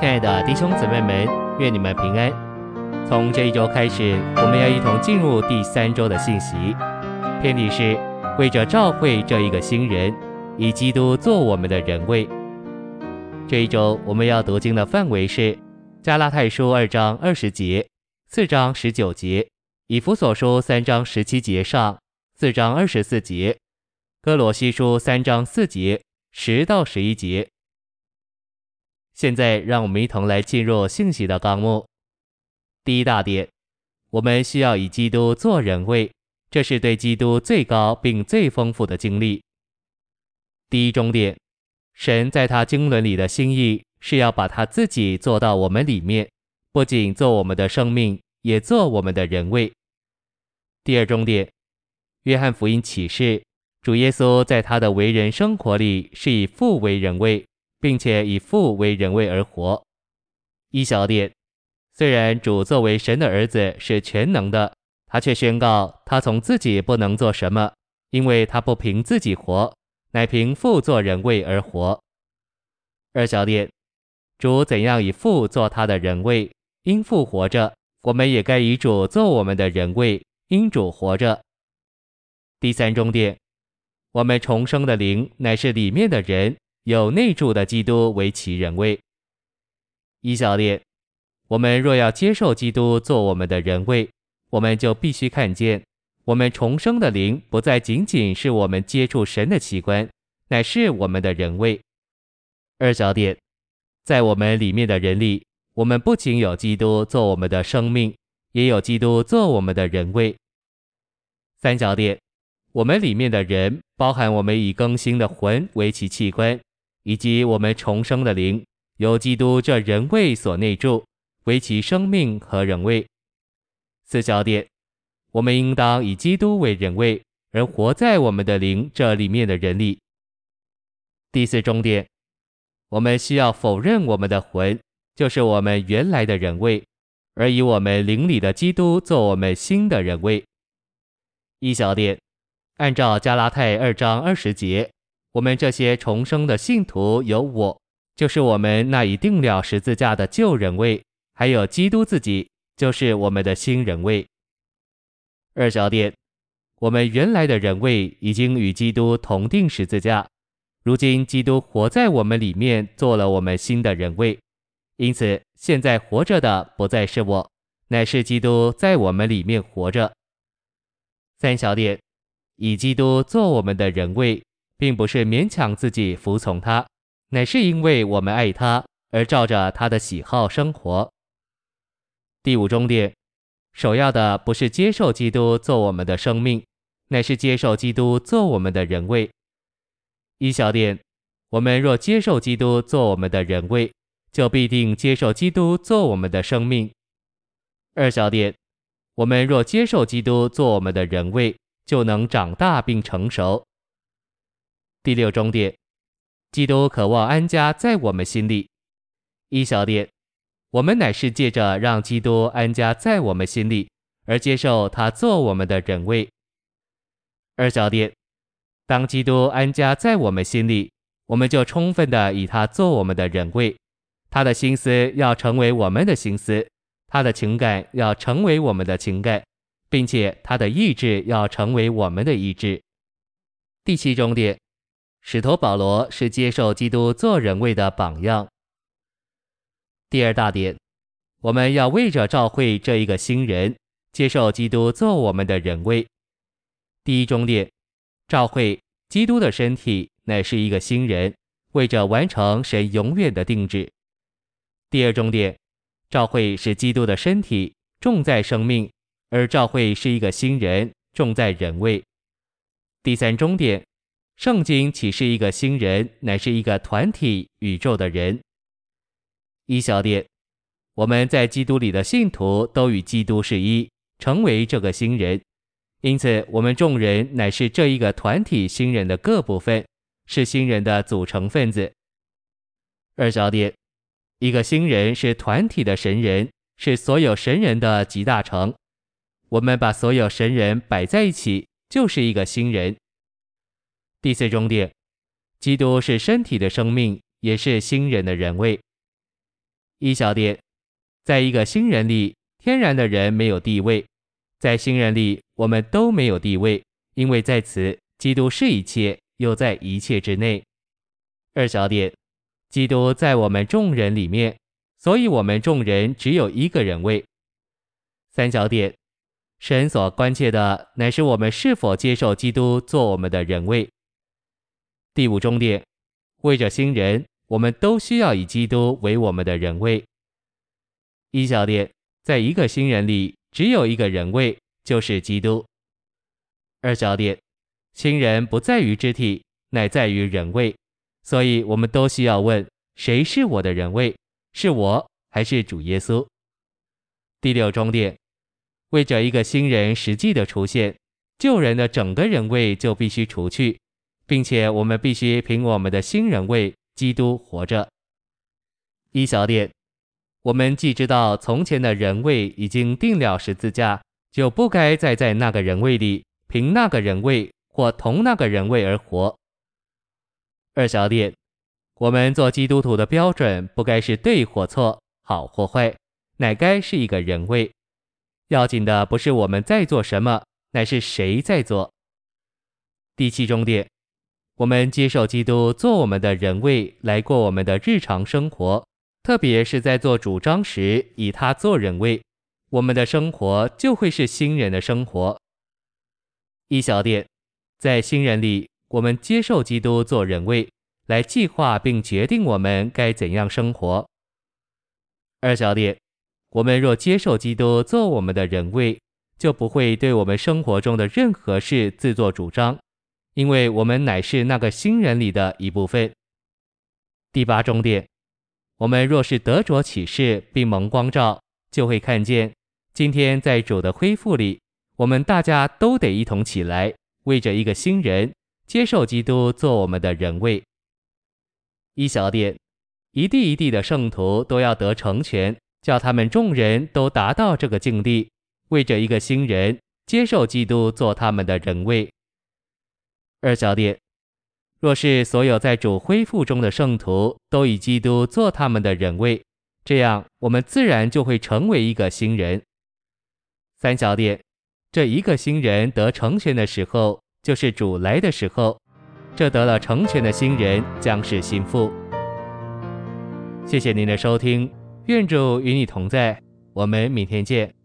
亲爱的弟兄姊妹们，愿你们平安。从这一周开始，我们要一同进入第3周的信息，篇题是为着召会这一个新人，以基督做我们的人位。这一周我们要读经的范围是加拉太书2章20节、4章19节、以弗所书3章17节上、4章24节、哥罗西书3章4节、10到11节。现在让我们一同来进入信息的纲目。第一大点，我们需要以基督做人位，这是对基督最高并最丰富的经历。第一中点，神在他经纶里的心意是要把他自己做到我们里面，不仅做我们的生命，也做我们的人位。第二中点，约翰福音启示，主耶稣在他的为人生活里是以父为人位，并且以父为人位而活。一小点，虽然主作为神的儿子是全能的，他却宣告他从自己不能做什么，因为他不凭自己活，乃凭父做人位而活。二小点，主怎样以父做他的人位，因父活着，我们也该以主做我们的人位，因主活着。第三中点，我们重生的灵乃是里面的人，有内住的基督为其人位。一小点，我们若要接受基督做我们的人位，我们就必须看见，我们重生的灵不再仅仅是我们接触神的器官，乃是我们的人位。二小点，在我们里面的人里，我们不仅有基督做我们的生命，也有基督做我们的人位。三小点，我们里面的人包含我们以更新的魂为其器官，以及我们重生的灵，由基督这人位所内住，为其生命和人位。四小点，我们应当以基督为人位，而活在我们的灵这里面的人里。第四中点，我们需要否认我们的魂，就是我们原来的人位，而以我们灵里的基督做我们新的人位。一小点，按照加拉太2章20节，我们这些重生的信徒有我，就是我们那已定了十字架的旧人位，还有基督自己，就是我们的新人位。二小点，我们原来的人位已经与基督同定十字架，如今基督活在我们里面，做了我们新的人位，因此现在活着的不再是我，乃是基督在我们里面活着。三小点，以基督做我们的人位，并不是勉强自己服从他，乃是因为我们爱他，而照着他的喜好生活。第五中点，首要的不是接受基督做我们的生命，乃是接受基督做我们的人位。一小点，我们若接受基督做我们的人位，就必定接受基督做我们的生命。二小点，我们若接受基督做我们的人位，就能长大并成熟。第六中点，基督渴望安家在我们心里。一小点，我们乃是借着让基督安家在我们心里，而接受他做我们的人位。二小点，当基督安家在我们心里，我们就充分地以他做我们的人位，他的心思要成为我们的心思，他的情感要成为我们的情感，并且他的意志要成为我们的意志。第七中点，使徒保罗是接受基督做人位的榜样。第二大点，我们要为着召会这一个新人，接受基督做我们的人位。第一中点，召会基督的身体乃是一个新人，为着完成神永远的定旨。第二中点，召会是基督的身体，重在生命，而召会是一个新人，重在人位。第三中点，圣经岂是一个新人，乃是一个团体宇宙的人。一小点，我们在基督里的信徒都与基督是一，成为这个新人，因此我们众人乃是这一个团体新人的各部分，是新人的组成分子。二小点，一个新人是团体的神人，是所有神人的集大成，我们把所有神人摆在一起，就是一个新人。第四中点，基督是身体的生命，也是新人的人位。 一小点，在一个新人里，天然的人没有地位，在新人里我们都没有地位，因为在此基督是一切，又在一切之内。二小点，基督在我们众人里面，所以我们众人只有一个人位。三小点，神所关切的乃是我们是否接受基督做我们的人位。第五中点，为着新人，我们都需要以基督为我们的人位。一小点，在一个新人里只有一个人位，就是基督。二小点，新人不在于肢体，乃在于人位，所以我们都需要问，谁是我的人位？是我还是主耶稣？第六中点，为着一个新人实际的出现，旧人的整个人位就必须除去，并且我们必须凭我们的新人位基督活着。一小点，我们既知道从前的人位已经定了十字架，就不该再在那个人位里凭那个人位或同那个人位而活。二小点，我们做基督徒的标准不该是对或错，好或坏，乃该是一个人位。要紧的不是我们在做什么，乃是谁在做。第七中点，我们接受基督做我们的人位来过我们的日常生活，特别是在做主张时以他做人位，我们的生活就会是新人的生活。一小点，在新人里，我们接受基督做人位，来计划并决定我们该怎样生活。二小点，我们若接受基督做我们的人位，就不会对我们生活中的任何事自作主张，因为我们乃是那个新人里的一部分。第八中点，我们若是得着启示并蒙光照，就会看见今天在主的恢复里，我们大家都得一同起来，为着一个新人接受基督做我们的人位。一小点，一地一地的圣徒都要得成全，叫他们众人都达到这个境地，为着一个新人接受基督做他们的人位。二小点，若是所有在主恢复中的圣徒都以基督做他们的人位，这样我们自然就会成为一个新人。三小点，这一个新人得成全的时候，就是主来的时候，这得了成全的新人将是心腹。谢谢您的收听，愿主与你同在，我们明天见。